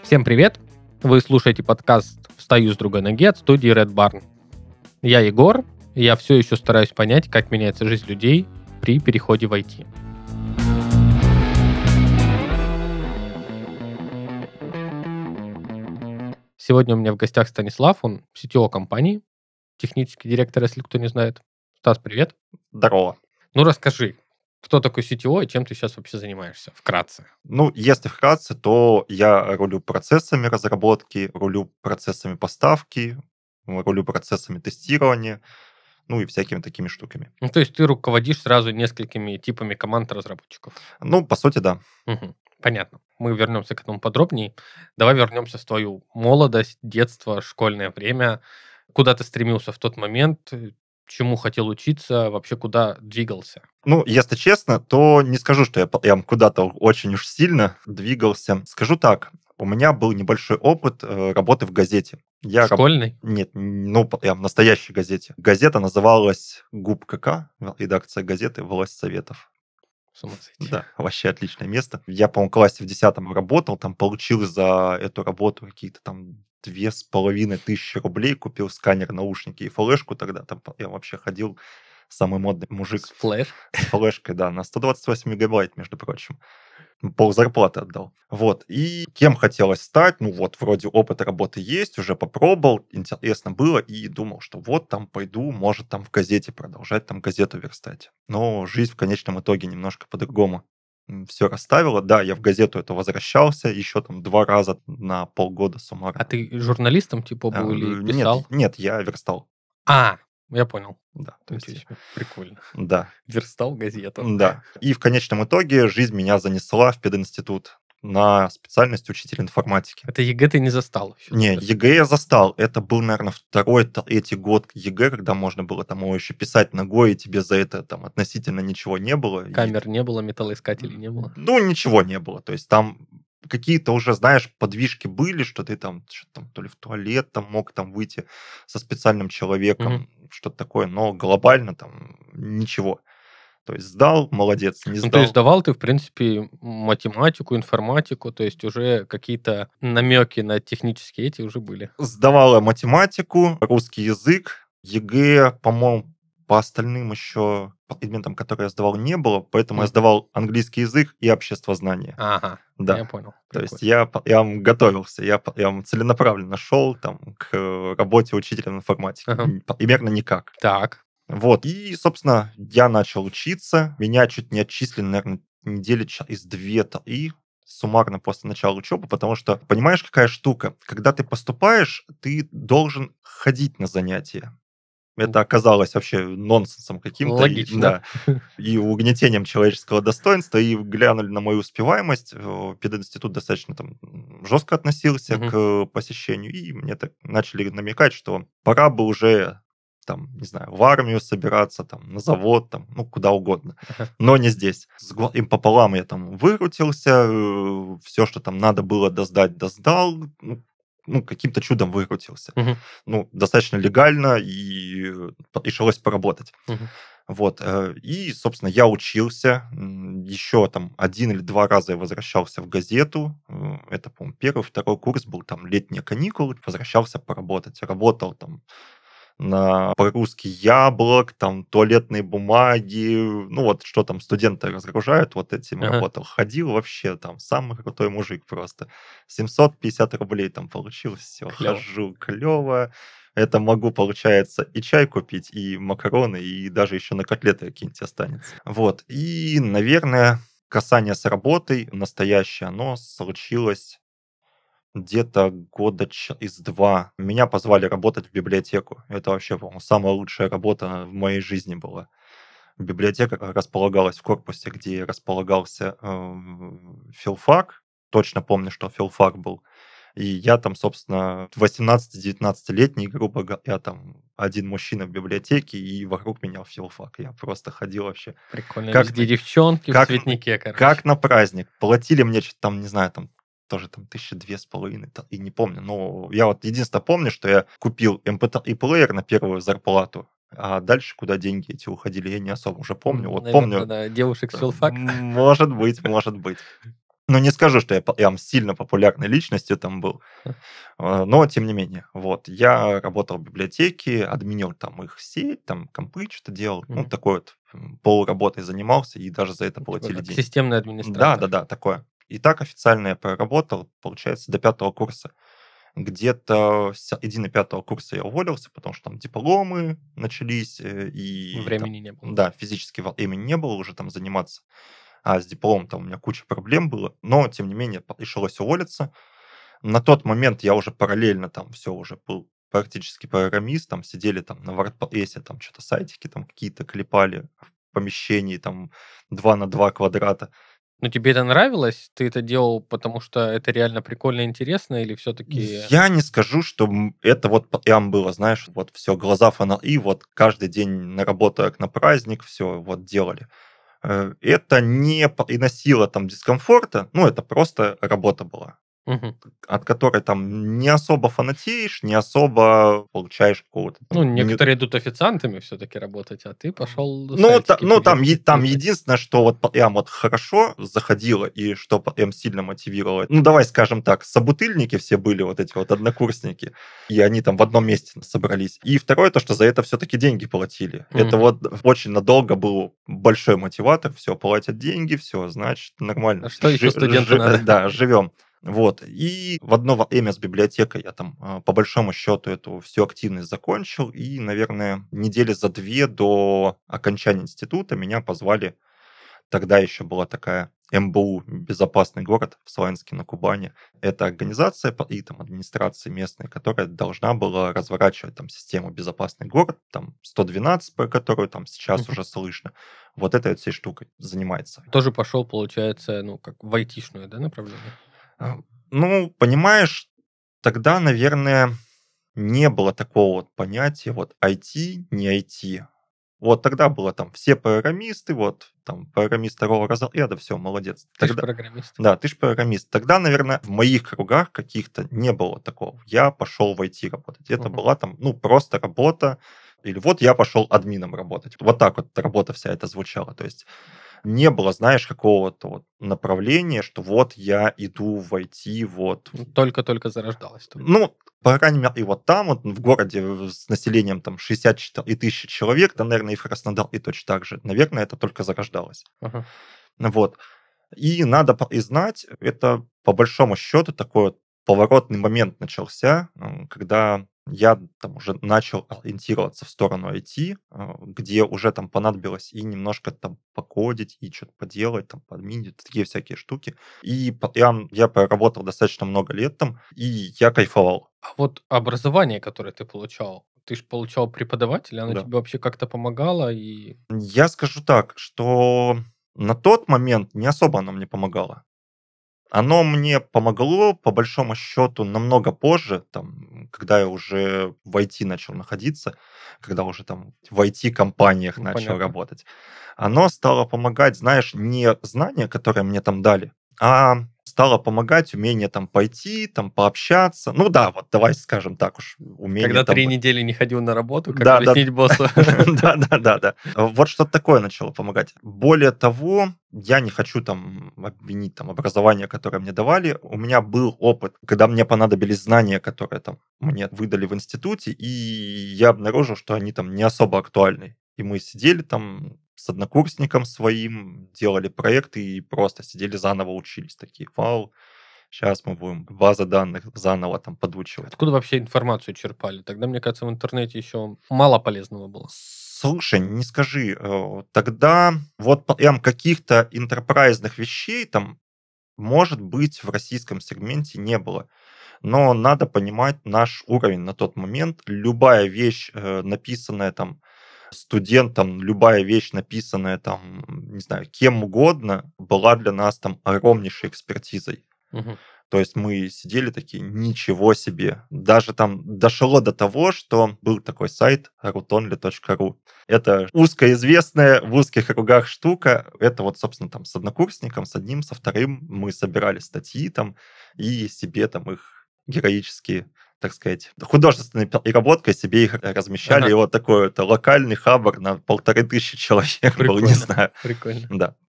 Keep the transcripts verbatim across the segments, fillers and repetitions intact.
Всем привет! Вы слушаете подкаст «Встаю с другой ноги» от студии Red Barn. Я Егор, и я все еще стараюсь понять, как меняется жизнь людей при переходе в ай ти. Сегодня у меня в гостях Станислав, он си ти о компании, технический директор, если кто не знает. Стас, привет. Здорово. Ну, расскажи, кто такой си ти о и чем ты сейчас вообще занимаешься, вкратце? Ну, если вкратце, то я рулю процессами разработки, рулю процессами поставки, рулю процессами тестирования, ну и всякими такими штуками. Ну, то есть ты руководишь сразу несколькими типами команд разработчиков? Ну, по сути, да. Угу. Понятно. Мы вернемся к этому подробнее. Давай вернемся в твою молодость, детство, школьное время. Куда ты стремился в тот момент? Чему хотел учиться? Вообще куда двигался? Ну, если честно, то не скажу, что я прям куда-то очень уж сильно двигался. Скажу так, у меня был небольшой опыт э, работы в газете. Я Школьный? Раб... Нет, ну, прям в настоящей газете. Газета называлась ГУП-КК, редакция газеты «Власть Советов». С ума сойти. Да, вообще отличное место. Я, по-моему, в классе в десятом работал, там получил за эту работу какие-то там две с половиной тысячи рублей, купил сканер, наушники и флешку тогда. Там я вообще ходил самый модный мужик. С флеш? С флешкой, да, на сто двадцать восемь мегабайт, между прочим. Пол зарплаты отдал. Вот. И кем хотелось стать? Ну вот, вроде опыт работы есть, уже попробовал, интересно было, и думал, что вот там пойду, может там в газете продолжать, там газету верстать. Но жизнь в конечном итоге немножко по-другому все расставила. Да, я в газету это возвращался еще там два раза на полгода суммарно. А ты журналистом типа был А, или нет, писал? нет, я верстал. А, я понял. Да, то есть, Ничего себе. Прикольно. да. Верстал газету. Да. И в конечном итоге жизнь меня занесла в пединститут на специальность учитель информатики. Это ЕГЭ ты не застал еще? Не, ЕГЭ я застал. Это был, наверное, второй, третий год ЕГЭ, когда можно было там его еще писать ногой, и тебе за это там относительно ничего не было. Камер И... не было, металлоискателей не было? Ну, ничего не было. То есть там какие-то уже, знаешь, подвижки были, что ты там, что там то ли в туалет там мог там выйти со специальным человеком, угу. Что-то такое, но глобально там ничего. То есть сдал, молодец, не сдал. Ну, то есть сдавал ты, в принципе, математику, информатику, то есть уже какие-то намеки на технические эти уже были. Сдавала математику, русский язык, ЕГЭ, по-моему, по остальным еще предметам, которые я сдавал, не было, поэтому mm. я сдавал английский язык и обществознание. Ага, да. Я понял. То есть я, я готовился, я, я целенаправленно шел там, к работе учителем информатики. Ага. Примерно никак. Так. Вот, и, собственно, я начал учиться, меня чуть не отчислили, наверное, недели из две-то, и суммарно после начала учебы, потому что, понимаешь, какая штука? Когда ты поступаешь, ты должен ходить на занятия. Это оказалось вообще нонсенсом каким-то. Логично. И, да, и угнетением человеческого достоинства, и глянули на мою успеваемость. Пединститут достаточно там жестко относился угу. к посещению, и мне так начали намекать, что пора бы уже... там, не знаю, в армию собираться, там, на завод, там, ну, куда угодно, uh-huh. но не здесь. С им пополам я там выкрутился, все, что там надо было досдать, досдал, ну, ну каким-то чудом выкрутился. Uh-huh. Ну, достаточно легально, и решилось поработать. Uh-huh. Вот, и, собственно, я учился, еще там один или два раза я возвращался в газету, это, по-моему, первый, второй курс был, там, летние каникулы, возвращался поработать, работал там на погрузке яблок, там, туалетные бумаги, ну, вот, что там студенты разгружают, вот этим ага. работал. Ходил вообще, там, самый крутой мужик просто. семьсот пятьдесят рублей там получилось, все, клево. Хожу, клево. Это могу, получается, и чай купить, и макароны, и даже еще на котлеты какие-нибудь останется. Вот, и, наверное, касание с работой настоящее, оно случилось... где-то года через два меня позвали работать в библиотеку. Это вообще, по-моему, самая лучшая работа в моей жизни была. Библиотека располагалась в корпусе, где располагался э, филфак. Точно помню, что филфак был. И я там, собственно, восемнадцати-девятнадцатилетний, грубо говоря, я там один мужчина в библиотеке, и вокруг меня филфак. Я просто ходил вообще... Прикольно. Как везде девчонки как, в цветнике, короче. Как на праздник. Платили мне что-то там, не знаю, там тоже там тысячи две с половиной, и не помню. Но я вот единственное помню, что я купил эм пи три-плеер на первую зарплату, а дальше куда деньги эти уходили, я не особо уже помню. Вот Наверное, помню. Да, девушек с филфак. Может быть, может быть. Ну, не скажу, что я прям сильно популярной личностью там был, М. э, но тем не менее. Вот. Я работал в библиотеке, админил там их сеть, там компы что-то делал. Ну, Мгм. такой вот м, полуработой занимался, и даже за это Ну, типа платили как деньги. системный администратор. Да-да-да, такое. И так официально я проработал, получается, до пятого курса. Где-то с середины пятого курса я уволился, потому что там дипломы начались, э, и там, Времени не было. да, физически времени не было уже там заниматься. А с дипломом там у меня куча проблем было, но, тем не менее, пришлось уволиться. На тот момент я уже параллельно там все уже был практически программист, там сидели там на WordPress, там что-то сайтики там какие-то клепали в помещении там два на два квадрата. Ну, тебе это нравилось? Ты это делал, потому что это реально прикольно и интересно, или все-таки... Я не скажу, что м, это вот прям было, знаешь, вот все, глаза фонари, вот каждый день на работу, как на праздник, все вот делали. Э, Это не приносило там дискомфорта, ну, это просто работа была, от которой там не особо фанатеешь, не особо получаешь какого-то Ну, там... не- некоторые идут официантами все-таки работать, а ты пошел Ну, та- сайтики ну там, пилить. е- там единственное, что вот прям вот хорошо заходило и что прям сильно мотивировало. Ну, давай скажем так, собутыльники все были, вот эти вот однокурсники, и они там в одном месте собрались. И второе, то, что за это все-таки деньги платили. Это Мгм. вот очень надолго был большой мотиватор. Все, платят деньги, все, значит, А нормально. что еще Жи- студенту жи- надо? да, живем. Вот. И в одно время с библиотекой я там, а, по большому счету, эту всю активность закончил. И, наверное, недели за две до окончания института меня позвали. Тогда еще была такая эм бэ у «Безопасный город» в Славянске на Кубани. Это организация по- и там администрация местная, которая должна была разворачивать там систему «Безопасный город», там сто двенадцать, про которую там сейчас Мгм. уже слышно. Вот этой вот всей штукой занимается. Тоже пошел, получается, ну, как в айтишное, да, направление? А, Ну, понимаешь, тогда, наверное, не было такого вот понятия вот ай ти, не ай ти. Вот тогда было там все программисты, вот там программист второго разряда, все, молодец. Ты ж Тогда, программист. да, ты ж программист. Тогда, наверное, в моих кругах каких-то не было такого. Я пошел в ай ти работать. Это Мгм. была там, ну, просто работа. Или вот я пошел админом работать. Вот так вот работа вся эта звучала. То есть не было, знаешь, какого-то вот направления, что вот я иду в ай ти, вот. Ну, только-только зарождалась только. Ну, по крайней мере, и вот там, вот в городе в- с населением там шестьдесят четыре тысячи человек, там, наверное, и в Краснодар, и точно так же. Наверное, это только зарождалось. Ага. Ну вот. И надо признать, это по большому счету такой вот поворотный момент начался, м, когда я там уже начал ориентироваться в сторону ай ти, а, где уже там понадобилось и немножко там покодить, и что-то поделать, там подминить, такие всякие штуки. И прям я проработал достаточно много лет там, и я кайфовал. А вот образование, которое ты получал, ты ж получал преподавателя, оно Да. тебе вообще как-то помогало? И Я скажу так, что на тот момент не особо оно мне помогало. Оно мне помогло, по большому счету, намного позже, там, когда я уже в ай ти начал находиться, когда уже там в ай ти-компаниях ну, начал понятно. работать. Оно стало помогать, знаешь, не знания, которые мне там дали, а стало помогать умение там пойти, там пообщаться. Ну да, вот давай скажем так уж, умение Когда там... три недели не ходил на работу, как Да, да, объяснить боссу? да, да, да, да. Вот что-то такое начало помогать. Более того, я не хочу там обвинить там образование, которое мне давали. У меня был опыт, когда мне понадобились знания, которые там мне выдали в институте, и я обнаружил, что они там не особо актуальны. И мы сидели там с однокурсником своим, делали проекты и просто сидели заново учились. Такие, вау, сейчас мы будем базы данных заново там подучивать. Откуда вообще информацию черпали? Тогда, мне кажется, в интернете еще мало полезного было. Слушай, не скажи, э, тогда вот прям каких-то интерпрайзных вещей там, может быть, в российском сегменте не было. Но надо понимать наш уровень на тот момент. Любая вещь, э, написанная там студентом, любая вещь, написанная там, не знаю, кем угодно, была для нас там огромнейшей экспертизой. Мгм. То есть мы сидели такие, ничего себе. Даже там дошло до того, что был такой сайт rutonly точка ру. Это узкоизвестная в узких кругах штука. Это вот, собственно, там с однокурсником, с одним, со вторым мы собирали статьи там и себе там их героически, так сказать, художественной переработкой себе их размещали. Ага. И вот такой вот локальный хабр на полторы тысячи человек был, не Прикольно, знаю. прикольно. Да.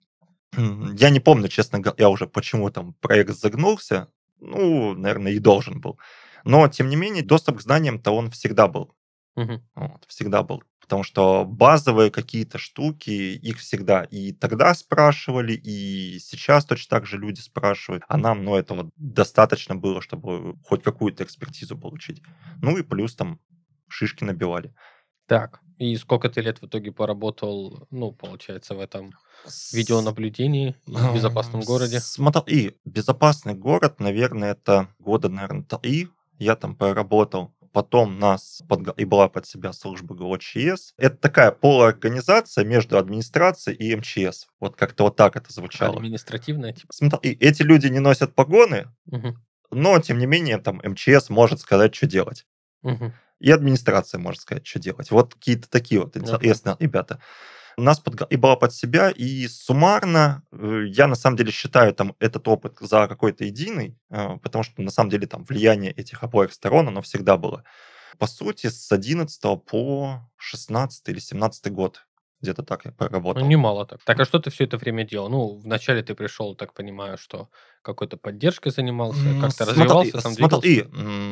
М, Я не помню, честно говоря, уже почему там проект загнулся. Ну, наверное, и должен был. Но, тем не менее, доступ к знаниям-то он всегда был. Мгм. Вот, всегда был. Потому что базовые какие-то штуки, их всегда и тогда спрашивали, и сейчас точно так же люди спрашивают. А нам, ну, этого достаточно было, чтобы хоть какую-то экспертизу получить. Ну и плюс там шишки набивали. Так, и сколько ты лет в итоге поработал, ну, получается, в этом С- видеонаблюдении и в ам, безопасном городе? Смотри, безопасный город, наверное, это года, наверное, три я там поработал. Потом нас подго- и была под себя служба ГО-ЧС. Это такая полуорганизация между администрацией и МЧС. Вот как-то вот так это звучало. Административное, типа? Смотри, эти люди не носят погоны, Мгм. но, тем не менее, там МЧС может сказать, что делать. Мгм. И администрация может сказать, что делать. Вот какие-то такие вот Ага. интересные ребята. Нас подго- и была под себя, и суммарно э, я на самом деле считаю там этот опыт за какой-то единый, э, потому что на самом деле там влияние этих обоих сторон, оно всегда было. По сути, с одиннадцатого по шестнадцатый или семнадцатый год где-то так я Ну, проработал. немало так. Так, а что ты все это время делал? Ну, вначале ты пришел, так понимаю, что какой-то поддержкой занимался, М, как-то Смотри, развивался, там двигался? смотри,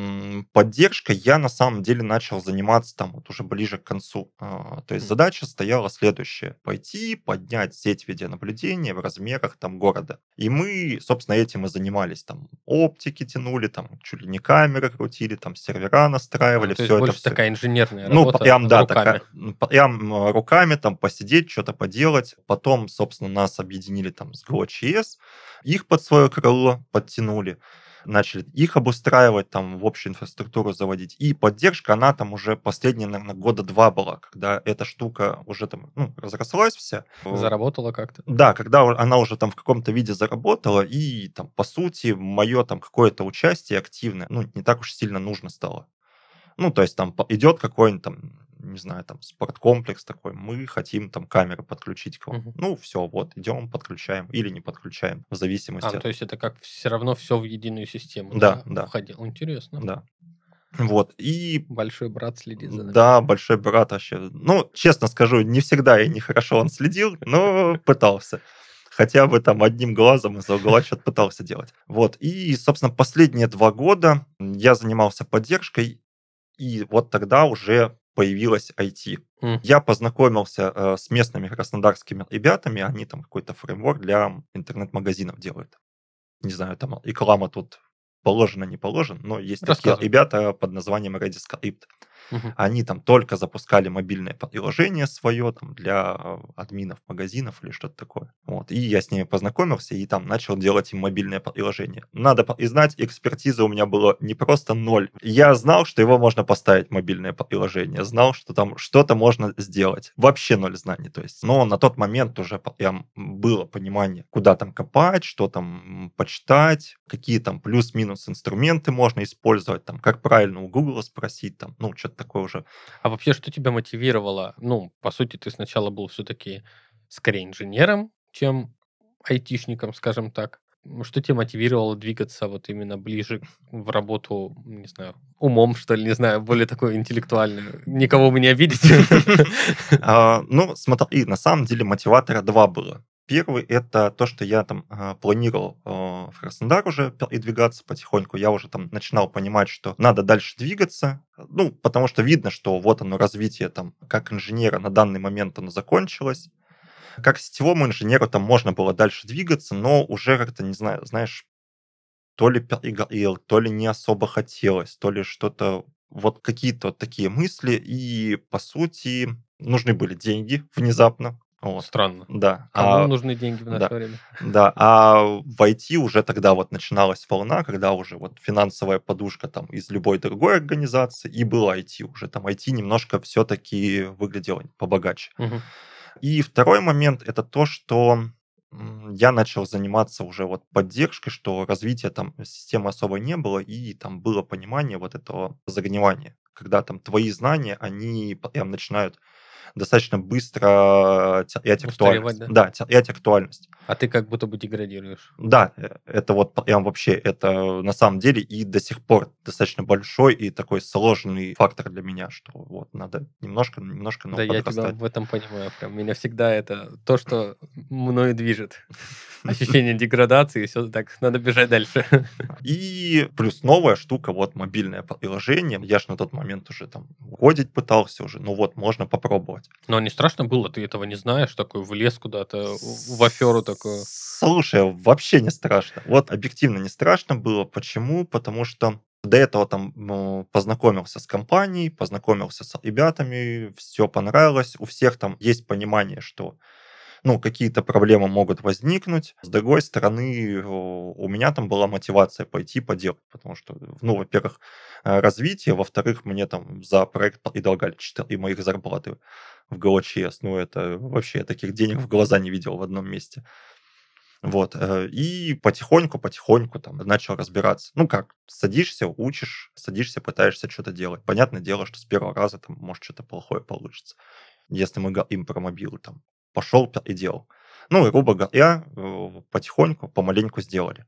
м, поддержкой я на самом деле начал заниматься там вот уже ближе к концу. А, То есть М. задача стояла следующая: пойти поднять сеть видеонаблюдения в размерах там города. И мы, собственно, этим и занимались. Там оптики тянули, там чуть ли не камеры крутили, там сервера А, настраивали, то есть все это больше все. такая инженерная Ну, работа прям, с да, такая, руками. м, прям м, руками там посидеть, что-то поделать. Потом, собственно, нас объединили там с ГО-ЧС, их под свое крыло подтянули, начали их обустраивать, там в общую инфраструктуру заводить. И поддержка, она там уже последние, наверное, года два была, когда эта штука уже там, ну, разрослась вся. Э, Заработала как-то. Да, когда у- она уже там в каком-то виде заработала, и там, по сути, мое там какое-то участие активное, ну, не так уж сильно нужно стало. Ну, то есть там по- идет какой-нибудь там, не знаю, там спорткомплекс такой, мы хотим там камеры подключить к вам. Мгм. Ну, все, вот, идем, подключаем или не подключаем, в А, зависимости ну, от... то есть это как все равно все в единую систему, Да, да, да, входило. Интересно. да. Вот, и Большой брат следит за нами. да, большой брат вообще. Ну, честно скажу, не всегда и нехорошо он следил, но пытался. Хотя бы там одним глазом из-за угла что-то пытался делать. Вот, и, собственно, последние два года я занимался поддержкой. И вот тогда уже появилась I T. М. Я познакомился э, с местными краснодарскими ребятами, они там какой-то фреймворк для интернет-магазинов делают. Не знаю, там реклама тут положена, не положена, но есть такие Рассказывай. ребята под названием Rediscript. Мгм. Они там только запускали мобильное приложение свое там, для э, админов магазинов или что-то такое. Вот. И я с ними познакомился и там начал делать им мобильное приложение. Надо признать, экспертизы у меня было не просто ноль. Я знал, что его можно поставить, мобильное приложение, знал, что там что-то можно сделать. Вообще ноль знаний. То есть. Но на тот момент уже прям было понимание, куда там копать, что там м, почитать, какие там плюс-минус инструменты можно использовать, там, как правильно у Гугла спросить, там, ну, что-то такое уже. А вообще, что тебя мотивировало? Ну, по сути, ты сначала был все-таки скорее инженером, чем айтишником, скажем так. М, Что тебя мотивировало двигаться вот именно ближе в работу, не знаю, умом, что ли, не знаю, более такой интеллектуальную? Никого вы не обидите. А, Ну, смотри, на самом деле мотиватора два было. Первый — это то, что я там а, планировал а, в Краснодар уже передвигаться потихоньку. Я уже там начинал понимать, что надо дальше двигаться. Ну, потому что видно, что вот оно развитие там как инженера на данный момент оно закончилось. Как сетевому инженеру там можно было дальше двигаться, но уже как-то, не знаю, знаешь, то ли перегорел, то ли не особо хотелось, то ли что-то, вот какие-то вот такие мысли. И, по сути, нужны были деньги внезапно. Вот. Странно. Да, Кому а, нужны деньги в наше да, время? да, а в I T уже тогда вот начиналась волна, когда уже вот финансовая подушка там из любой другой организации, и был I T уже. Там I T немножко все-таки выглядело побогаче. Мгм. И второй момент — это то, что м, я начал заниматься уже вот поддержкой, что развития там системы особо не было, и там было понимание вот этого загнивания, когда там твои знания, они прям начинают достаточно быстро терять актуальность. Устаревать, да? Да, терять актуальность. А ты как будто бы деградируешь. Да, э, это вот прям вообще, это на самом деле и до сих пор достаточно большой и такой сложный фактор для меня, что вот надо немножко, немножко, но Да, я тебя подрастать. в этом понимаю. Прям меня всегда это то, что мною движет. Ощущение деградации, все так, надо бежать дальше. И плюс новая штука, вот мобильное приложение. Я ж на тот момент уже там кодить пытался уже, ну вот, можно попробовать. Но не страшно было? Ты этого не знаешь? Такой влез куда-то в в аферу такую. Слушай, вообще не страшно. Вот объективно не страшно было. Почему? Потому что до этого там ну, познакомился с компанией, познакомился с ребятами, все понравилось. У всех там есть понимание, что ну, какие-то проблемы могут возникнуть. С другой стороны, о, у меня там была мотивация пойти поделать, потому что, ну, во-первых, э, развитие, во-вторых, мне там за проект предлагали четыре моих зарплаты в ГОЧС. Ну, это вообще я таких денег в глаза не видел в одном месте. Вот. э, И потихоньку-потихоньку там начал разбираться. Ну как, садишься, учишь, садишься, пытаешься что-то делать. Понятное дело, что с первого раза там может что-то плохое получится. Если мы говорим про мобилу, там, пошел и делал. Ну, и, грубо говоря, э, потихоньку, помаленьку сделали.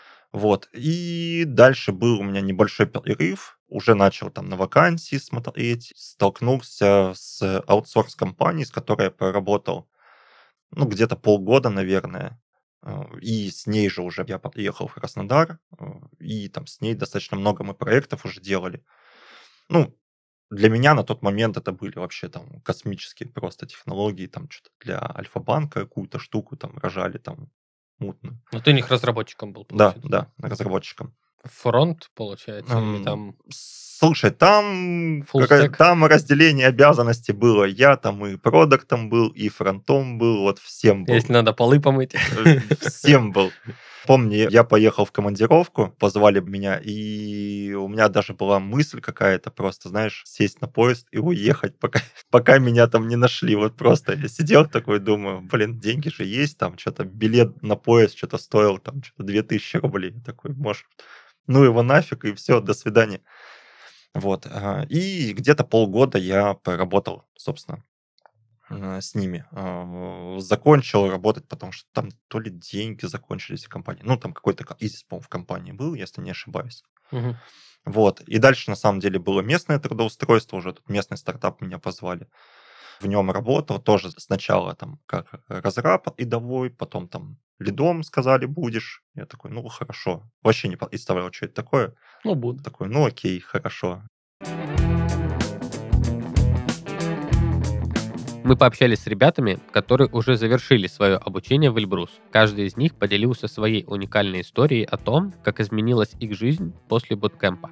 Вот. И дальше был у меня небольшой перерыв. Уже начал там на вакансии смотреть. Столкнулся с аутсорс-компанией, с которой я проработал, ну, где-то полгода, наверное. Э, И с ней же уже я приехал в Краснодар. э, И там с ней достаточно много мы проектов уже делали. Ну, для меня на тот момент это были вообще там космические просто технологии, там что-то для Альфа-банка какую-то штуку там рожали там мутную. Но ты у них разработчиком был, Да, получается. да, разработчиком. Фронт, получается, или М, там Слушай, там, full какая- stack? там разделение обязанностей было. Я там и продуктом был, и фронтом был, вот всем был. Если надо полы помыть. Э, Всем был. Помню, я поехал в командировку, позвали меня, и у меня даже была мысль какая-то просто, знаешь, сесть на поезд и уехать, пока, пока меня там не нашли. Вот просто я сидел такой, думаю, блин, деньги же есть, там что-то билет на поезд что-то стоил, там что-то две тысячи рублей. Такой, может, ну его нафиг, и все, до свидания. Вот. а, И где-то полгода я поработал, собственно, э, с ними. А, Закончил работать, потому что там то ли деньги закончились в компании. Ну, там какой-то кризис, по-моему, в компании был, если не ошибаюсь. Мгм. Вот. И дальше, на самом деле, было местное трудоустройство, уже тут местный стартап меня позвали. В нем работал тоже сначала там как разраб рядовой, потом там лидом сказали будешь. Я такой, ну, хорошо. Вообще не представлял, что это такое. Ну, буду. Такой, ну, окей, хорошо. Мы пообщались с ребятами, которые уже завершили свое обучение в Эльбрус. Каждый из них поделился своей уникальной историей о том, как изменилась их жизнь после буткемпа.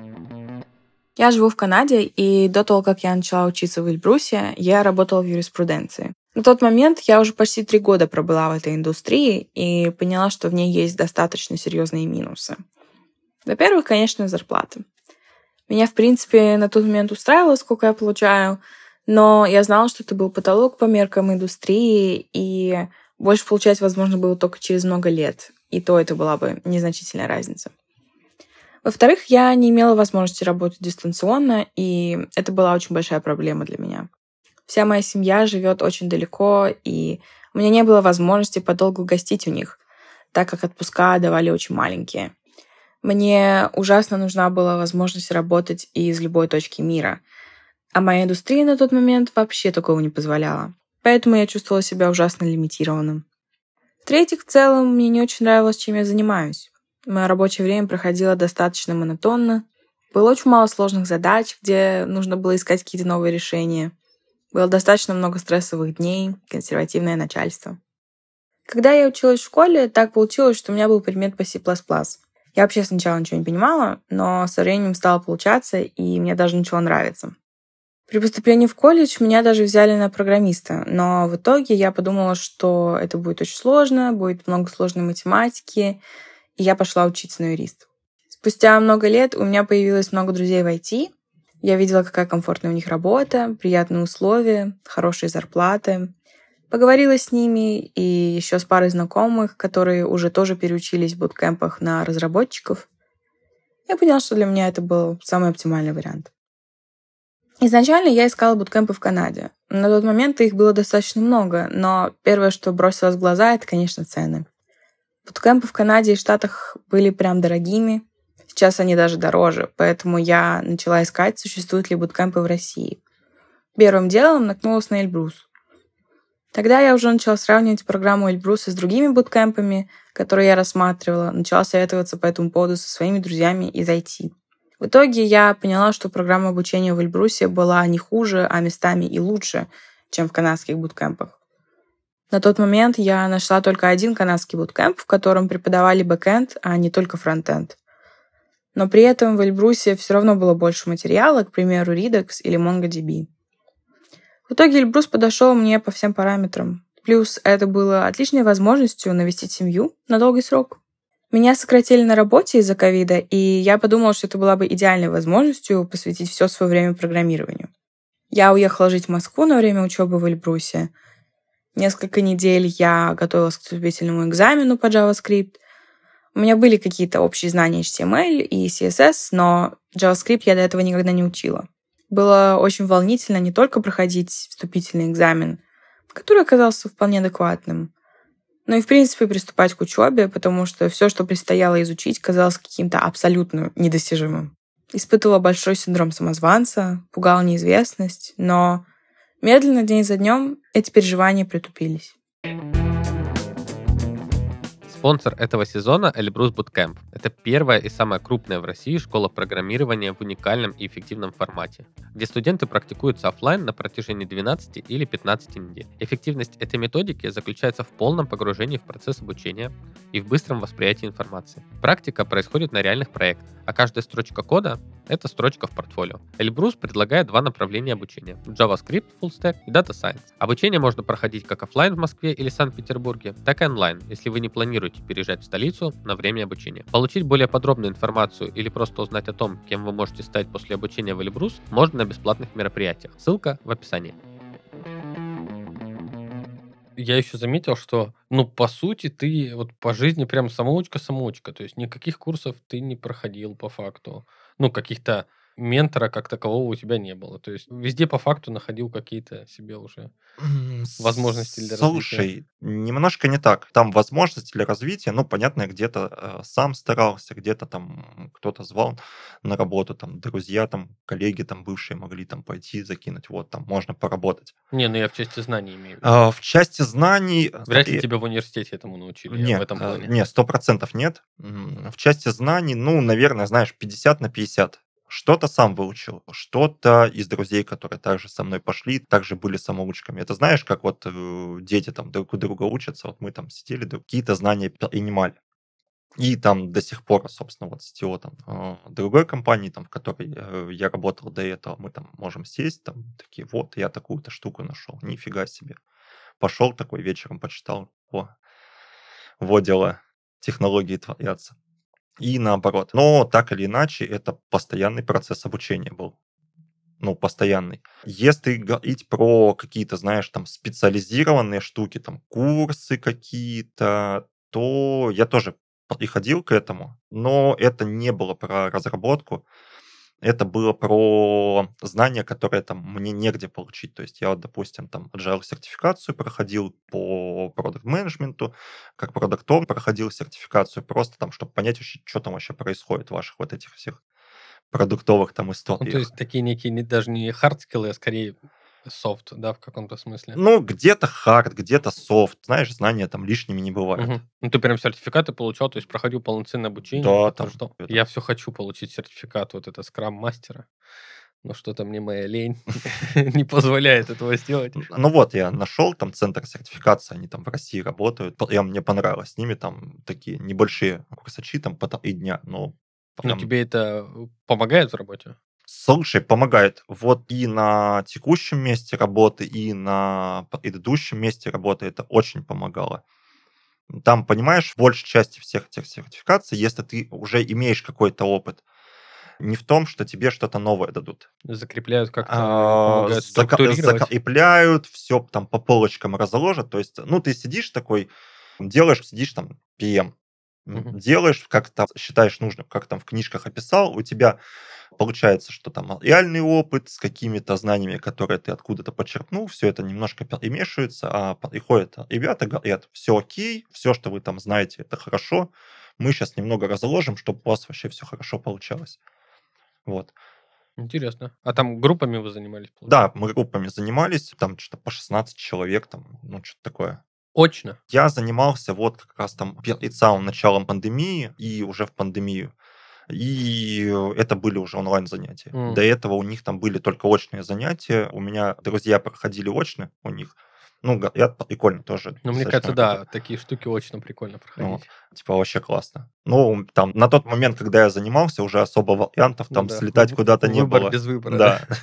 Я живу в Канаде, и до того, как я начала учиться в Эльбрусе, я работала в юриспруденции. На тот момент я уже почти три года пробыла в этой индустрии и поняла, что в ней есть достаточно серьезные минусы. Во-первых, конечно, зарплаты. Меня, в принципе, на тот момент устраивало, сколько я получаю, но я знала, что это был потолок по меркам индустрии, и больше получать, возможно, было только через много лет. И то это была бы незначительная разница. Во-вторых, я не имела возможности работать дистанционно, и это была очень большая проблема для меня. Вся моя семья живет очень далеко, и у меня не было возможности подолгу гостить у них, так как отпуска давали очень маленькие. Мне ужасно нужна была возможность работать из любой точки мира, а моя индустрия на тот момент вообще такого не позволяла. Поэтому я чувствовала себя ужасно лимитированным. В-третьих, в целом, мне не очень нравилось, чем я занимаюсь. Мое рабочее время проходило достаточно монотонно. Было очень мало сложных задач, где нужно было искать какие-то новые решения. Было достаточно много стрессовых дней, консервативное начальство. Когда я училась в школе, так получилось, что у меня был предмет по C++. Я вообще сначала ничего не понимала, но со временем стало получаться, и мне даже начало нравиться. При поступлении в колледж меня даже взяли на программиста, но в итоге я подумала, что это будет очень сложно, будет много сложной математики, и я пошла учиться на юрист. Спустя много лет у меня появилось много друзей в ай ти. Я видела, какая комфортная у них работа, приятные условия, хорошие зарплаты. Поговорила с ними и еще с парой знакомых, которые уже тоже переучились в буткемпах на разработчиков. Я поняла, что для меня это был самый оптимальный вариант. Изначально я искала буткемпы в Канаде, На тот момент их было достаточно много, но первое, что бросилось в глаза, это, конечно, цены. Буткемпы в Канаде и Штатах были прям дорогими. Сейчас они даже дороже, поэтому я начала искать, существуют ли буткемпы в России. Первым делом наткнулась на Эльбрус. Тогда я уже начала сравнивать программу Эльбруса с другими буткемпами, которые я рассматривала, начала советоваться по этому поводу со своими друзьями из ай ти. В итоге я поняла, что программа обучения в Эльбрусе была не хуже, а местами и лучше, чем в канадских буткемпах. На тот момент я нашла только один канадский буткемп, в котором преподавали бэкэнд, а не только фронтенд. Но при этом в Эльбрусе все равно было больше материала, к примеру, Redux или MongoDB. В итоге Эльбрус подошел мне по всем параметрам. Плюс это было отличной возможностью навестить семью на долгий срок. Меня сократили на работе из-за ковида, и я подумала, что это была бы идеальной возможностью посвятить все свое время программированию. Я уехала жить в Москву на время учебы в Эльбрусе. Несколько недель я готовилась к вступительному экзамену по JavaScript. У меня были какие-то общие знания эйч ти эм эль и си эс эс, но JavaScript я до этого никогда не учила. Было очень волнительно не только проходить вступительный экзамен, который оказался вполне адекватным, но и, в принципе, приступать к учебе, потому что все, что предстояло изучить, казалось каким-то абсолютно недостижимым. Испытывала большой синдром самозванца, пугала неизвестность, но медленно, день за днем, эти переживания притупились. Спонсор этого сезона — Эльбрус Bootcamp. Это первая и самая крупная в России школа программирования в уникальном и эффективном формате, где студенты практикуются офлайн на протяжении двенадцати или пятнадцати недель. Эффективность этой методики заключается в полном погружении в процесс обучения и в быстром восприятии информации. Практика происходит на реальных проектах, а каждая строчка кода — это строчка в портфолио. Эльбрус предлагает два направления обучения — JavaScript, Full Stack и Data Science. Обучение можно проходить как офлайн в Москве или Санкт-Петербурге, так и онлайн, если вы не планируете переезжать в столицу на время обучения. Получить более подробную информацию или просто узнать о том, кем вы можете стать после обучения в Эльбрус, можно на бесплатных мероприятиях. Ссылка в описании. Я еще заметил, что, ну, по сути, ты вот по жизни прям самоучка-самоучка, то есть никаких курсов ты не проходил по факту, ну, каких-то ментора как такового у тебя не было, то есть везде по факту находил какие-то себе уже М, возможности для развития. Слушай, немножко не так. Там возможности для развития, ну, понятно, я где-то э, сам старался, где-то там кто-то звал на работу, там, друзья, там, коллеги, там, бывшие могли там пойти, закинуть, вот, там, можно поработать. Не, ну я в части знаний имею в виду. А, в части знаний... э, Вряд ли смотри, тебя в университете этому научили, я в Нет, этом э, плане. не, сто процентов нет. М, В части знаний, ну, наверное, знаешь, пятьдесят на пятьдесят. Что-то сам выучил, что-то из друзей, которые также со мной пошли, также были самоучками. Это знаешь, как вот э, дети там друг у друга учатся, вот мы там сидели, да, какие-то знания перенимали. И там до сих пор, собственно, вот сетево там э, другой компании, там, в которой э, я работал до этого, мы там можем сесть, там, такие, вот, я такую-то штуку нашел, нифига себе. Пошел такой вечером, почитал, о, во дела, технологии творятся. И наоборот. Но так или иначе, это постоянный процесс обучения был. Ну, постоянный. Если говорить про какие-то, знаешь, там специализированные штуки, там курсы какие-то, то я тоже приходил к этому, но это не было про разработку, это было про знания, которые там мне негде получить. То есть я вот, допустим, там agile сертификацию проходил по продакт менеджменту, как продактом проходил сертификацию, просто там, чтобы понять, вообще, что там вообще происходит в ваших вот этих всех продуктовых там Ну, то историях. есть такие некие не, даже не хардскиллы, а скорее софт, да, в каком-то смысле. Ну, где-то хард, где-то софт. Знаешь, знания там лишними не бывают. Мгм. Ну, ты прям сертификаты получал, то есть проходил полноценное обучение, Да, там подтверждал. это. Я все хочу получить сертификат вот это скрам-мастера, но что-то мне моя лень не позволяет этого сделать. Ну вот, я нашел там центр сертификации, они там в России работают. П- Я, мне понравилось. С ними там такие небольшие курсачи, там по три дня, но Но прям... тебе это помогает в работе? Слушай, помогает. Вот и на текущем месте работы, и на предыдущем месте работы это очень помогало. Там, понимаешь, в большей части всех этих сертификаций, если ты уже имеешь какой-то опыт, не в том, что тебе что-то новое дадут. Закрепляют как-то, А, помогают зака- структурировать? закрепляют, все там по полочкам разложат. То есть, ну, ты сидишь такой, делаешь, сидишь там, пи эм, Мгм. делаешь, как там считаешь нужным, как там в книжках описал, у тебя получается, что там реальный опыт с какими-то знаниями, которые ты откуда-то почерпнул, все это немножко перемешивается, а приходят ребята, говорят, все окей, все, что вы там знаете, это хорошо, мы сейчас немного разложим, чтобы у вас вообще все хорошо получалось. Вот. Интересно. А там группами вы занимались, Да, получается? мы группами занимались, там что-то по шестнадцать человек, там, ну, что-то такое. Очно? Я занимался вот как раз там перед самым началом пандемии и уже в пандемию. И это были уже онлайн-занятия. М. До этого у них там были только очные занятия. У меня друзья проходили очно у них. Ну, говорят, прикольно тоже Ну, мне достаточно кажется, работа. да, такие штуки очень прикольно Вот. проходить. Типа вообще классно. Ну, там на тот момент, когда я занимался, уже особо вариантов Ну там да, слетать в- куда-то не выбор было. без выбора, да? Да.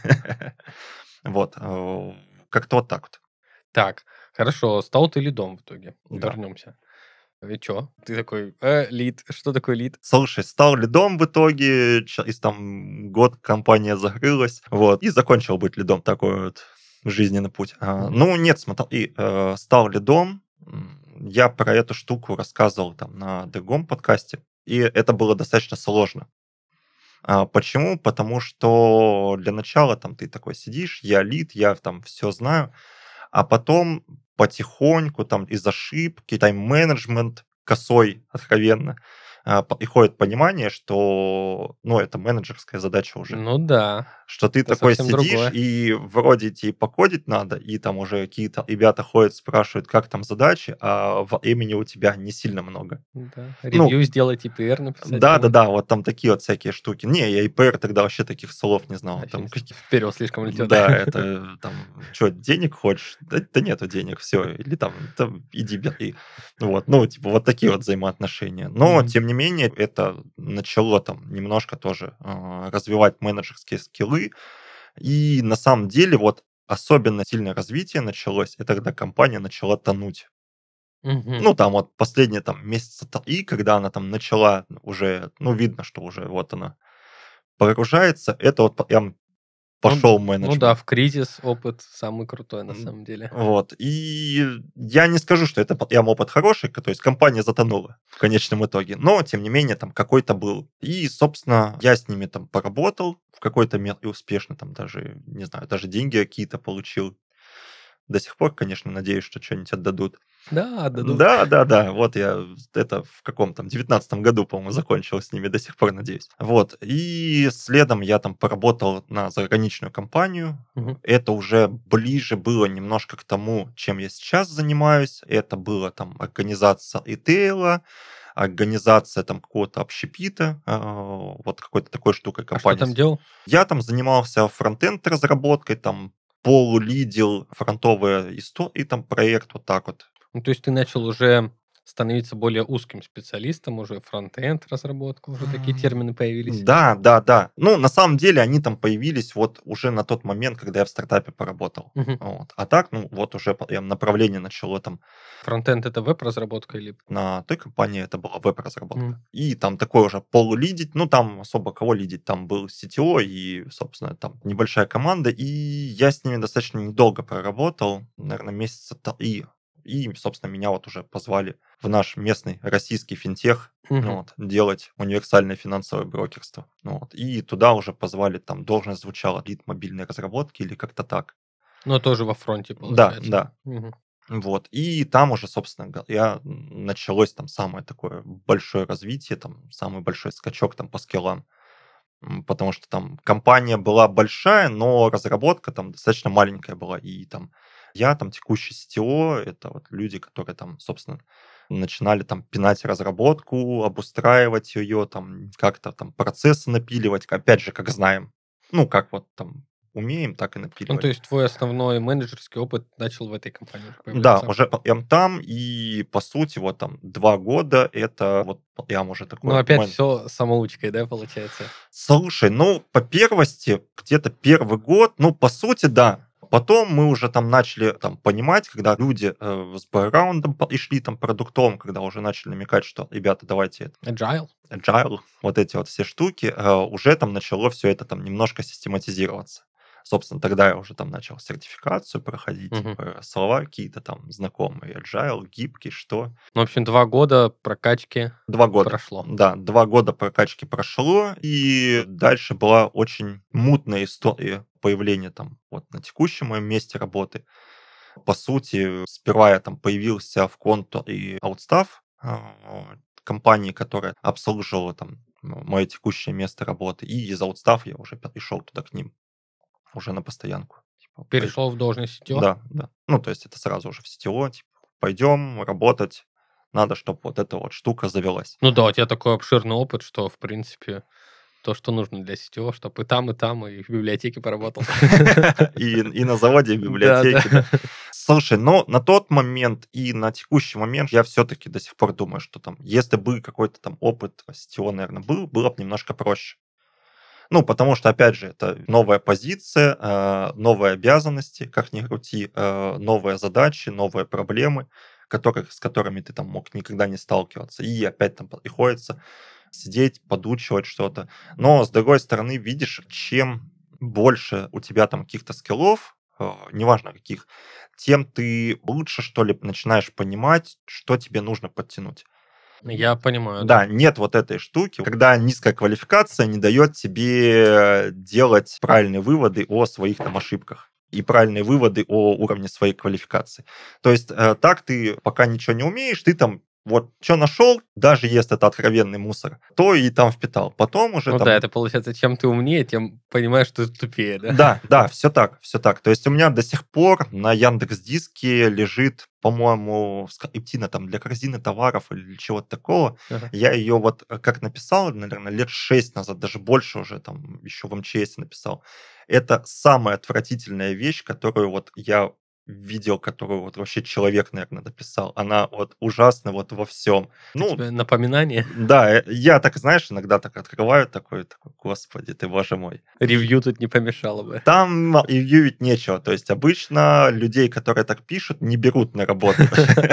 Вот. э, Как-то вот так вот. Так, хорошо, стал ты лидом в итоге. Да. Вернемся. И чё? Ты такой, э, лид. Что такое лид? Слушай, стал лидом в итоге, через там год компания закрылась, вот, и закончил быть лидом, такой вот жизненный путь. А, Мгм. ну, нет, смотри, э, стал лидом, м, я про эту штуку рассказывал там на другом подкасте, и это было достаточно сложно. А, почему? Потому что для начала там ты такой сидишь, я лид, я там все знаю, а потом потихоньку там из ошибки, тайм-менеджмент косой, откровенно, а, приходит понимание, что, ну, это менеджерская задача уже. Ну да, Что ты это такой совсем сидишь, другое. и вроде тебе покодить надо, и там уже какие-то ребята ходят, спрашивают, как там задачи, а времени у тебя не сильно много. Да. Ну, Ревью сделать и пи ар написать да-да-да, кому-то. вот там такие вот всякие штуки. Не, я и пэ эр тогда вообще таких слов не знал. Вообще Там какие... вперед слишком летет. Да, это там, что, денег хочешь? Да, да нету денег, все. Или там, там иди бери. Вот, ну, типа, вот такие вот взаимоотношения. Но, Мгм. тем не менее, это начало там немножко тоже а, развивать менеджерские скиллы. И на самом деле, вот особенно сильное развитие началось, это когда компания начала тонуть. Мгм. Ну, там вот последние там месяца три, когда она там начала уже, ну, видно, что уже вот она погружается, это вот прям Ну, пошел ну да, менеджмент. в кризис опыт самый крутой на М, самом деле. Вот. И я не скажу, что это прям опыт хороший, то есть компания затонула в конечном итоге, но, тем не менее, там какой-то был. И, собственно, я с ними там поработал в какой-то мере успешно, там даже, не знаю, даже деньги какие-то получил. До сих пор, конечно, надеюсь, что что-нибудь отдадут. Да, отдадут. Да, да, да. Вот я это в каком там девятнадцатом году, по-моему, закончил с ними, до сих пор надеюсь. Вот. И следом я там поработал на заграничную компанию. Мгм. Это уже ближе было немножко к тому, чем я сейчас занимаюсь. Это было там организация ритейла, организация там какого-то общепита, а, вот какой-то такой штукой А что компания. там делал? Я там занимался фронтенд разработкой, там полулидил фронтовые истории, там проект вот так вот. Ну, то есть ты начал уже становиться более узким специалистом, уже фронт-энд разработка, уже такие М, термины появились. Да, да, да. Ну, на самом деле, они там появились вот уже на тот момент, когда я в стартапе поработал. Мгм. Вот. А так, ну, вот уже прям направление начало там Фронт-энд это веб-разработка или... на той компании, это была веб-разработка. Мгм. И там такой уже полулидить, ну, там особо кого лидить, там был си ти о и, собственно, там небольшая команда, и я с ними достаточно недолго проработал, наверное, месяца три. И, собственно, меня вот уже позвали в наш местный российский финтех, Мгм. ну вот, делать универсальное финансовое брокерство. Ну вот, и туда уже позвали, там должность звучала лид мобильной разработки или как-то так. Но тоже во фронте, Да, получается. да. Мгм. Вот, и там уже, собственно говоря, началось там самое такое большое развитие, там самый большой скачок там по скиллам. М, Потому что там компания была большая, но разработка там достаточно маленькая была. И там я, там текущий си ти о, это вот люди, которые там, собственно, начинали там пинать разработку, обустраивать ее, там как-то там процессы напиливать, опять же, как знаем. Ну, как вот там умеем, так и Ну, то напиливали. есть твой основной менеджерский опыт начал в этой компании уже Да, появляться. уже прям там, и по сути вот там два года это вот прям уже Ну, такой опять момент. все самоучкой, да, получается? Слушай, ну, по первости, где-то первый год, ну, по сути, да. Потом мы уже там начали там понимать, когда люди э, с бэкграундом пришли там продуктовым, когда уже начали намекать, что, ребята, давайте это Agile? agile, вот эти вот все штуки, э, уже там начало все это там немножко систематизироваться. Собственно, тогда я уже там начал сертификацию проходить, Мгм. типа слова какие-то там знакомые, agile, гибкий, что. Ну, в общем, два года прокачки Два года. прошло. Да, два года прокачки прошло, и дальше была очень мутная история появления там вот на текущем моем месте работы. По сути, сперва я там появился в контуре Outstaff, а, компании, которая обслуживала там мое текущее место работы, и из Outstaff я уже перешел туда к ним, уже на постоянку. Типа, пой- Перешел в должность си ти о? Да, да. Ну, то есть это сразу уже в си ти о, типа, пойдем работать, надо, чтобы вот эта вот штука завелась. Ну да, у тебя такой обширный опыт, что, в принципе, то, что нужно для си ти о, чтобы и там, и там, и в библиотеке поработал. И, и на заводе, и в Да, да. библиотеке, да. Слушай, но на тот момент и на текущий момент я все-таки до сих пор думаю, что там, если бы какой-то там опыт си ти о, наверное, был, было бы немножко проще. Ну, потому что, опять же, это новая позиция, э, новые обязанности, как ни крути, э, новые задачи, новые проблемы, которых, с которыми ты там мог никогда не сталкиваться. И опять там приходится сидеть, подучивать что-то. Но, с другой стороны, видишь, чем больше у тебя там каких-то скиллов, э, неважно каких, тем ты лучше, что ли, начинаешь понимать, что тебе нужно подтянуть. Я понимаю, Да, да. нет вот этой штуки, когда низкая квалификация не дает тебе делать правильные выводы о своих там ошибках и правильные выводы о уровне своей квалификации. То есть э, так ты пока ничего не умеешь, ты там вот что нашел, даже если это откровенный мусор, то и там впитал. Потом уже Ну да, там... это получается, чем ты умнее, тем понимаешь, что ты тупее, да? Да, да, все так, все так. То есть у меня до сих пор на Яндекс.Диске лежит, по-моему, скриптина там для корзины товаров или чего-то такого. Ага. Я ее вот э, как написал, наверное, лет шесть назад, даже больше уже там еще в МЧС написал. Это самая отвратительная вещь, которую вот я видел, которую вот вообще человек, наверное, написал. Она вот ужасна вот во всем. Это Ну, тебе напоминание? да, э, я так, знаешь, иногда так открываю такой, такой, господи, ты, боже мой. Ревью тут не помешало бы. Там ревью ведь нечего. То есть обычно людей, которые так пишут, не берут на работу.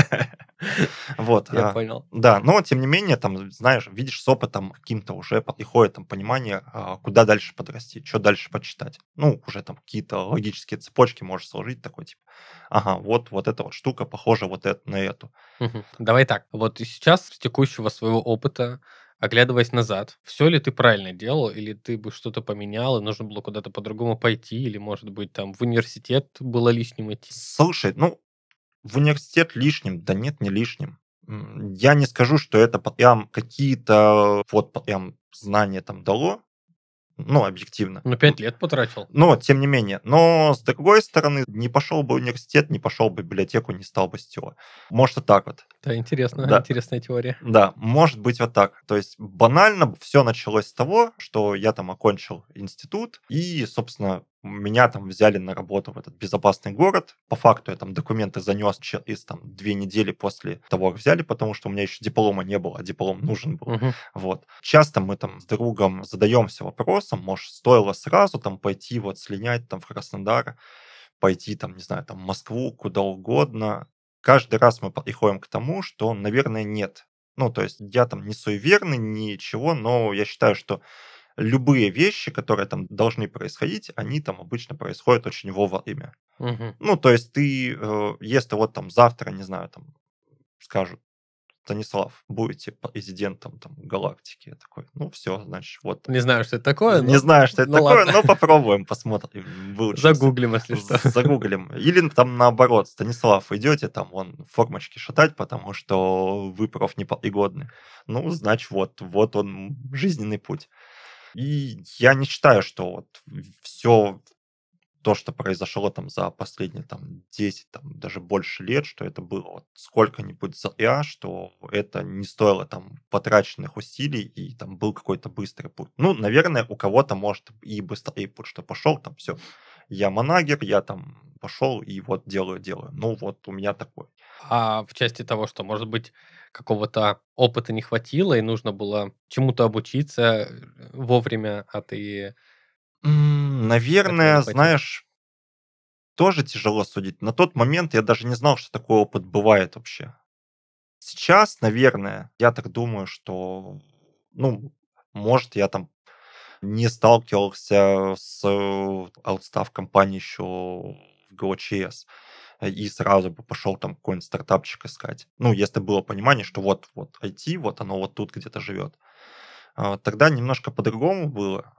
Вот. Я а, понял. Да, но тем не менее, там, знаешь, видишь, с опытом каким-то уже приходит там понимание, а, куда дальше подрасти, что дальше почитать. Ну, уже там какие-то логические цепочки можешь сложить, такой типа, ага, вот, вот эта вот штука похожа вот это на эту. Мгм. Давай так. Вот и сейчас, с текущего своего опыта, оглядываясь назад, все ли ты правильно делал, или ты бы что-то поменял, и нужно было куда-то по-другому пойти, или, может быть, там в университет было лишним идти? Слушай, ну, в университет лишним, да нет, не лишним. М, Я не скажу, что это прям какие-то вот прям знания там дало, ну, объективно. Ну, М, пять лет потратил. Но, тем не менее, но с другой стороны, не пошел бы в университет, не пошел бы в библиотеку, не стал бы си ти о. Может, и так вот. Да, интересно, Да, интересная теория. да, может быть вот так. То есть банально все началось с того, что я там окончил институт, и, собственно, меня там взяли на работу в этот безопасный город. По факту я там документы занес через там две недели после того, как взяли, потому что у меня еще диплома не было, а диплом нужен был. Мгм. Вот. Часто мы там с другом задаемся вопросом, может, стоило сразу там пойти вот слинять там в Краснодар, пойти там, не знаю, там в Москву, куда угодно. Каждый раз мы приходим к тому, что, наверное, нет. Ну, то есть я там не суеверный, ничего, но я считаю, что любые вещи, которые там должны происходить, они там обычно происходят очень вовремя. Мгм. Ну, то есть ты, э, если вот там завтра, не знаю, там скажут, Станислав, будете президентом там галактики. Я такой, ну все, значит, вот Не знаю, что это такое, не но знаю, что это ну такое, ладно. но попробуем, посмотрим, выучимся. Загуглим, если что. Загуглим. Или там наоборот, Станислав, идете там вон формочки шатать, потому что вы профнепригодны. Ну, значит, вот, вот он, жизненный путь. И я не считаю, что вот все то, что произошло там за последние там десять, там даже больше лет, что это было вот сколько-нибудь зря, что это не стоило там потраченных усилий и там был какой-то быстрый путь. Ну, наверное, у кого-то может и быстрый путь, что пошел там все, я манагер, я там пошел и вот делаю, делаю. Ну, вот у меня такой. А в части того, что, может быть, какого-то опыта не хватило, и нужно было чему-то обучиться э, вовремя, а ты М, этого не Наверное, хватило? знаешь, тоже тяжело судить. На тот момент я даже не знал, что такой опыт бывает вообще. Сейчас, наверное, я так думаю, что, ну, может, я там не сталкивался с аутстаф компанией еще в GoCS, и сразу бы пошел там какой-нибудь стартапчик искать. Ну, если было понимание, что вот, вот ай ти, вот оно вот тут где-то живет. А, Тогда немножко по-другому было.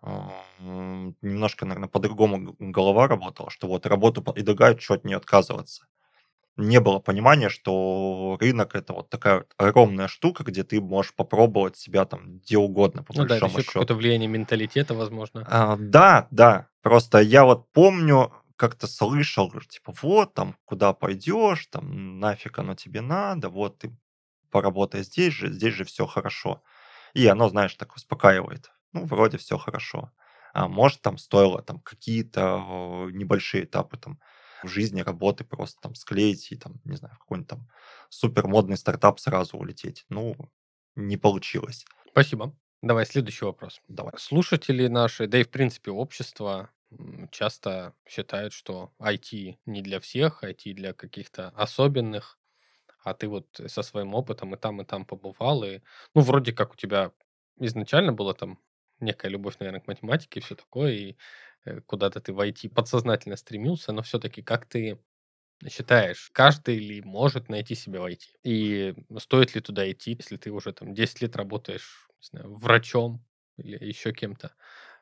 М, Немножко, наверное, по-другому г- голова работала, что вот работу предлагают, что от нее отказываться. Не было понимания, что рынок это вот такая вот огромная штука, где ты можешь попробовать себя там где угодно, по Ну да, это большому еще какое-то счету. влияние менталитета, возможно. А, да, да. Просто я вот помню, как-то слышал, говорю, типа, вот там, куда пойдешь, там, нафиг оно тебе надо, вот ты поработай здесь же, здесь же все хорошо. И оно, знаешь, так успокаивает. Ну, вроде все хорошо. А может, там стоило там какие-то о, небольшие этапы там в жизни, работы просто там склеить и там, не знаю, в какой-нибудь там супер модный стартап сразу улететь. Ну, не получилось. Спасибо. Давай следующий вопрос. Давай. Слушатели наши, да и в принципе общество м, часто считают, что ай ти не для всех, ай ти для каких-то особенных, а ты вот со своим опытом и там, и там побывал, и, ну, вроде как у тебя изначально была там некая любовь, наверное, к математике и все такое, и э, куда-то ты в ай ти подсознательно стремился, но все-таки как ты считаешь, каждый ли может найти себя в ай ти? И стоит ли туда идти, если ты уже там десять лет работаешь, не знаю, врачом или еще кем-то,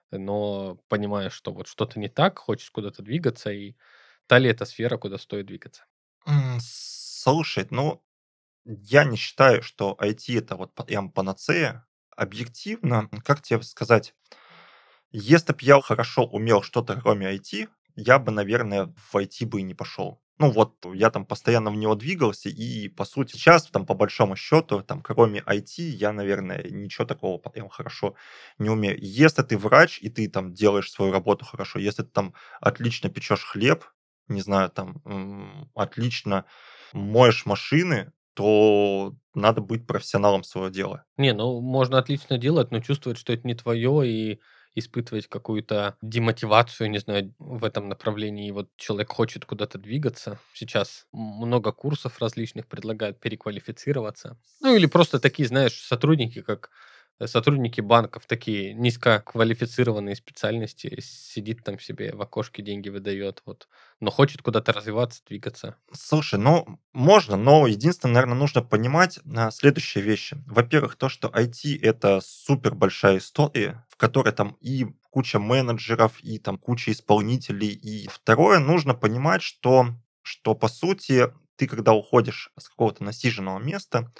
но понимаешь, что вот что-то не так, хочешь куда-то двигаться, и та ли это сфера, куда стоит двигаться? М, Слушай, ну, я не считаю, что ай ти это вот прям панацея. Объективно, как тебе сказать, если бы я хорошо умел что-то кроме ай ти, я бы, наверное, в ай ти бы и не пошел. Ну вот, я там постоянно в него двигался, и, по сути, сейчас, там, по большому счету, там, кроме ай ти, я, наверное, ничего такого прям хорошо не умею. Если ты врач, и ты там делаешь свою работу хорошо, если ты там отлично печешь хлеб, не знаю, там, м, отлично моешь машины, то надо быть профессионалом своего дела. Не, ну можно отлично делать, но чувствовать, что это не твое, и испытывать какую-то демотивацию, не знаю, в этом направлении. И вот человек хочет куда-то двигаться. Сейчас м- много курсов различных предлагают переквалифицироваться. Ну или просто такие, знаешь, сотрудники, как э, сотрудники банков, такие низкоквалифицированные специальности, сидит там себе в окошке, деньги выдает, вот, но хочет куда-то развиваться, двигаться. Слушай, ну, можно, но единственное, наверное, нужно понимать а, следующие вещи. Во-первых, то, что ай ти — это супер большая история, в которой там и куча менеджеров, и там куча исполнителей. И второе, нужно понимать, что, что по сути, ты, когда уходишь с какого-то насиженного места,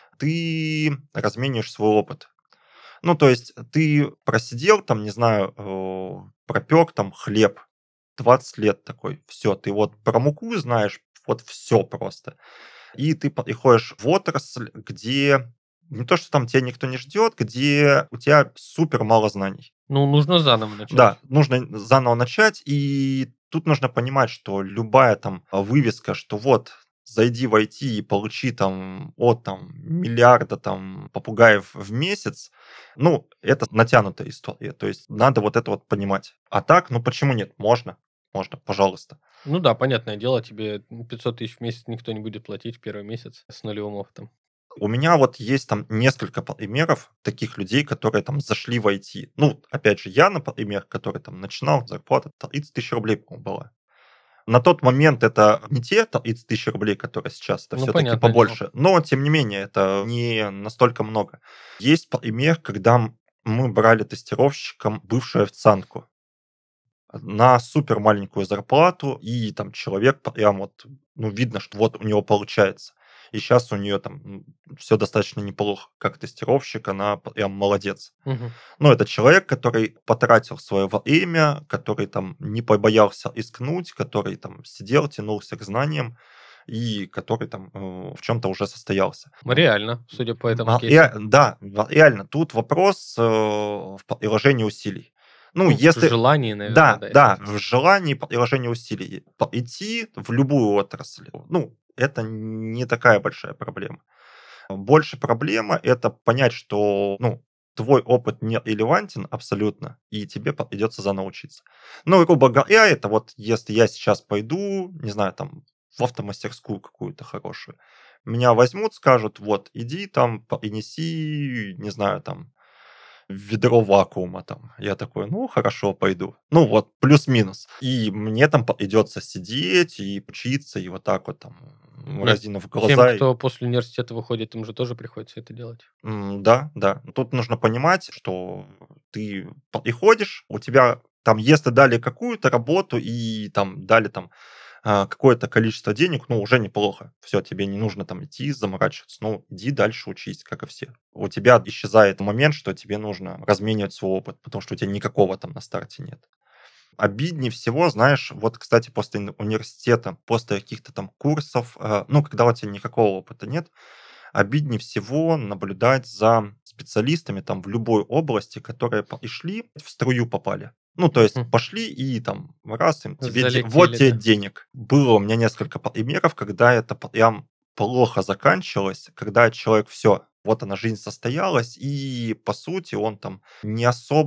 ты размениваешь свой опыт. Ну, то есть ты просидел там, не знаю, э, пропек там хлеб двадцать лет такой, все, ты вот про муку знаешь, вот все просто. И ты приходишь в отрасль, где не то, что там тебя никто не ждет, где у тебя супер мало знаний. Ну, нужно заново начать. Да, нужно заново начать, и тут нужно понимать, что любая там а, вывеска, что вот зайди в ай ти и получи там от там миллиарда там попугаев в месяц, ну, это натянутая история. То есть надо вот это вот понимать. А так, ну почему нет? Можно, можно, пожалуйста. Ну да, понятное дело, тебе пятьсот тысяч в месяц никто не будет платить в первый месяц с нулевым опытом. У меня вот есть там несколько примеров таких людей, которые там зашли в ай ти. Ну, опять же, я, например, который там начинал, зарплата тридцать тысяч рублей, по-моему, была. На тот момент это не те тридцать тысяч рублей, которые сейчас, это Ну, все-таки понятное дело. побольше. Но, тем не менее, это не настолько много. Есть пример, когда м- мы брали тестировщиком бывшую официантку на супер маленькую зарплату, и там человек прям вот, ну, видно, что вот у него получается. И сейчас у нее там все достаточно неплохо. Как тестировщик, она прям молодец. Мгм. Ну, это человек, который потратил свое время, который там не побоялся искнуть, который там сидел, тянулся к знаниям, и который там э, в чем-то уже состоялся. Реально, судя по этому А, кейсу. ре- Да, во- реально, тут вопрос э, в приложении усилий. Ну, Ну, в если... желании, наверное, Да, да, да, искать. в желании приложения усилий по- идти в любую отрасль, ну, это не такая большая проблема. Больше проблема — это понять, что, ну, твой опыт не релевантен абсолютно, и тебе придется заново учиться. Ну, и, грубо говоря, это вот если я сейчас пойду, не знаю, там, в автомастерскую какую-то хорошую, меня возьмут, скажут, вот, иди там, принеси, не знаю, там, ведро вакуума там. Я такой, ну, хорошо, пойду. Ну, вот, плюс-минус. И мне там придется сидеть и учиться, и вот так вот там, м, Ну, разинув тем, глаза. и- кто после университета выходит, им же тоже приходится это делать. М, Да, да. Тут нужно понимать, что ты приходишь, у тебя там, если дали какую-то работу и там дали там а, какое-то количество денег, ну, уже неплохо. Все, тебе не нужно там идти, заморачиваться. Ну, иди дальше учись, как и все. У тебя исчезает момент, что тебе нужно разменивать свой опыт, потому что у тебя никакого там на старте нет. Обиднее всего, знаешь, вот, кстати, после ин- университета, после каких-то там курсов, э, ну, когда у тебя никакого опыта нет, обиднее всего наблюдать за специалистами там в любой области, которые по- и шли, в струю попали. Ну, то есть Мгм. пошли и там раз им, тебе де- вот Залетели, тебе да. денег. Было у меня несколько примеров, когда это прям плохо заканчивалось, когда человек все, вот она жизнь состоялась, и по сути он там не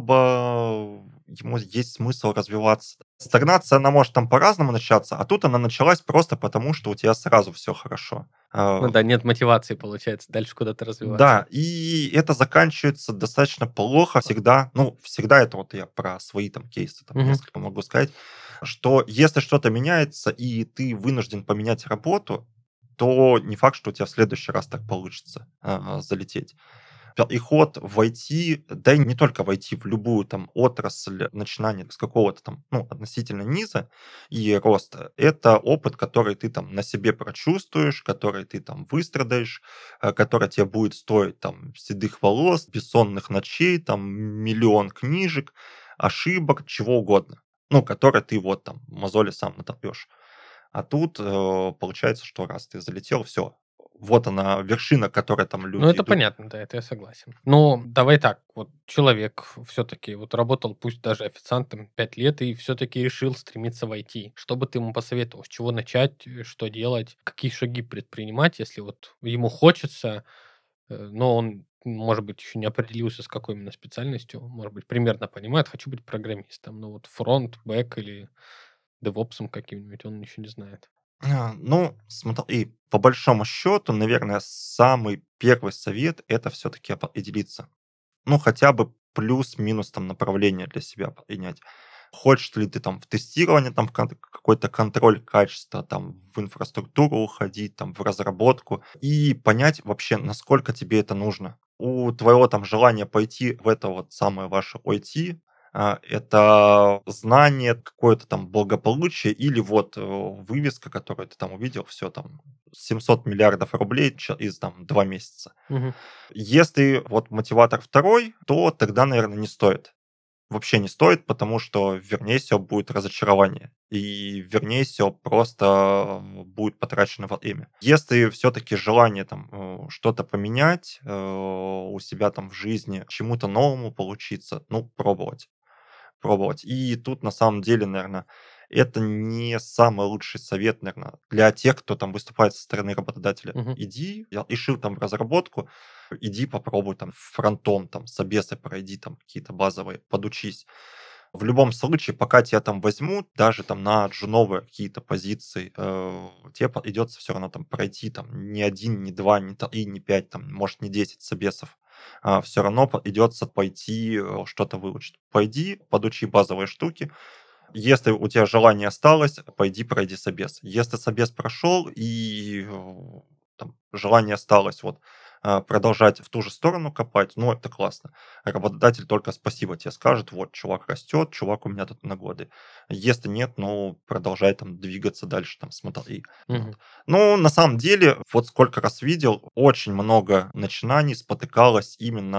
особо ему есть смысл развиваться. Стагнация, она может там по-разному начаться, а тут она началась просто потому, что у тебя сразу все хорошо. Ну А, да, нет мотивации, получается, дальше куда-то развиваться. да, и это заканчивается достаточно плохо всегда. Ну, всегда это вот я про свои там кейсы там Мгм. несколько могу сказать, что если что-то меняется, и ты вынужден поменять работу, то не факт, что у тебя в следующий раз так получится а, залететь. Переход в ай ти, да и не только в ай ти, в любую там отрасль, начинание с какого-то там, ну, относительно низа и роста, это опыт, который ты там на себе прочувствуешь, который ты там выстрадаешь, э, который тебе будет стоить там седых волос, бессонных ночей, там миллион книжек, ошибок, чего угодно. Ну, который ты вот там мозоли сам наторпешь. А тут э, получается, что раз ты залетел, все, вот она вершина, к которой там Ну, люди это идут. понятно, да, это я согласен. Ну, давай так, вот человек все-таки вот работал, пусть даже официантом пять лет, и все-таки решил стремиться в ай ти. Что бы ты ему посоветовал? С чего начать, э, что делать, какие шаги предпринимать, если вот ему хочется, э, но он, может быть, еще не определился, с какой именно специальностью, может быть, примерно понимает, хочу быть программистом, ну вот фронт, бэк или девопсом каким-нибудь, он еще не знает. А, Ну, смотри, по большому счету, наверное, самый первый совет — это все-таки определиться. Ну, хотя бы плюс-минус там направление для себя принять. Хочешь ли ты там в тестирование, там в кон- какой-то контроль качества, там в инфраструктуру уходить, там в разработку, и понять вообще, насколько тебе это нужно. У твоего там желания пойти в это вот самое ваше ай ти, а, это знание, какое-то там благополучие или вот э, вывеска, которую ты там увидел, все там семьсот миллиардов рублей ча- из там два месяца. Мгм. Если вот мотиватор второй, то тогда, наверное, не стоит. Вообще не стоит, потому что, вернее всего, будет разочарование. И, вернее всего, просто будет потрачено время. Если все-таки желание там э, что-то поменять э, у себя там в жизни, чему-то новому получиться, ну, пробовать пробовать. И тут на самом деле, наверное, это не самый лучший совет, наверное, для тех, кто там выступает со стороны работодателя. Мгм. Иди, я решил там в разработку, иди попробуй там фронтом, там, собесы пройди, там, какие-то базовые, подучись. В любом случае, пока тебя там возьмут, даже там на джуновые какие-то позиции, э, тебе придется все равно там пройти там не один, не два, не три, не пять, там, может, не десять собесов. Все равно придется пойти э, что-то выучить. Пойди, подучи базовые штуки. Если у тебя желание осталось, пойди пройди собес. Если собес прошел и э, там, желание осталось вот а, продолжать в ту же сторону копать, ну, это классно. Работодатель только спасибо тебе скажет, вот, чувак растет, чувак у меня тут на годы. Если нет, ну, продолжай там двигаться дальше, там, смотри. Мгм. Вот. Ну, на самом деле, вот сколько раз видел, очень много начинаний спотыкалось именно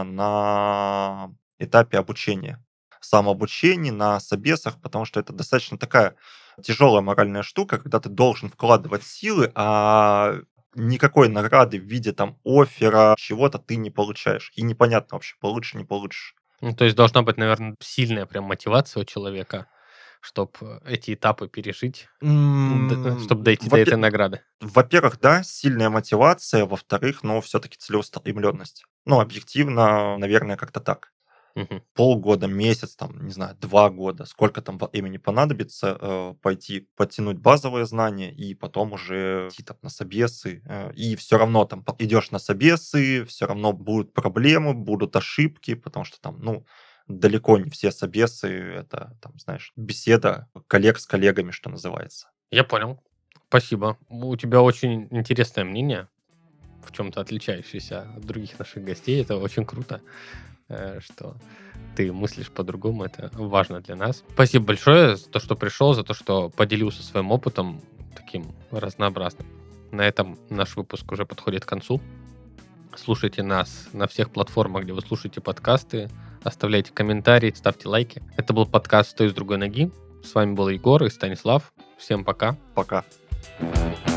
на этапе обучения самообучении, на собесах, потому что это достаточно такая тяжелая моральная штука, когда ты должен вкладывать силы, а никакой награды в виде там оффера, чего-то ты не получаешь. И непонятно вообще, получишь, не получишь. Ну, то есть должна быть, наверное, сильная прям мотивация у человека, чтобы эти этапы пережить, чтобы М, дойти до вопе- этой награды. Во-первых, да, сильная мотивация, во-вторых, но все-таки целеустремленность. Ну, объективно, наверное, как-то так. Мгм. полгода, месяц, там, не знаю, два года, сколько там времени понадобится, э, пойти подтянуть базовые знания и потом уже идти там на собесы. э, И все равно там по- идешь на собесы, все равно будут проблемы, будут ошибки, потому что там, ну, далеко не все собесы, это, там, знаешь, беседа коллег с коллегами, что называется. Я понял. Спасибо. У тебя очень интересное мнение, в чем-то отличающееся от других наших гостей. Это очень круто, э, что ты мыслишь по-другому. Это важно для нас. Спасибо большое за то, что пришел, за то, что поделился своим опытом таким разнообразным. На этом наш выпуск уже подходит к концу. Слушайте нас на всех платформах, где вы слушаете подкасты. Оставляйте комментарии, ставьте лайки. Это был подкаст «Стой с другой ноги». С вами был Егор и Станислав. Всем пока. Пока.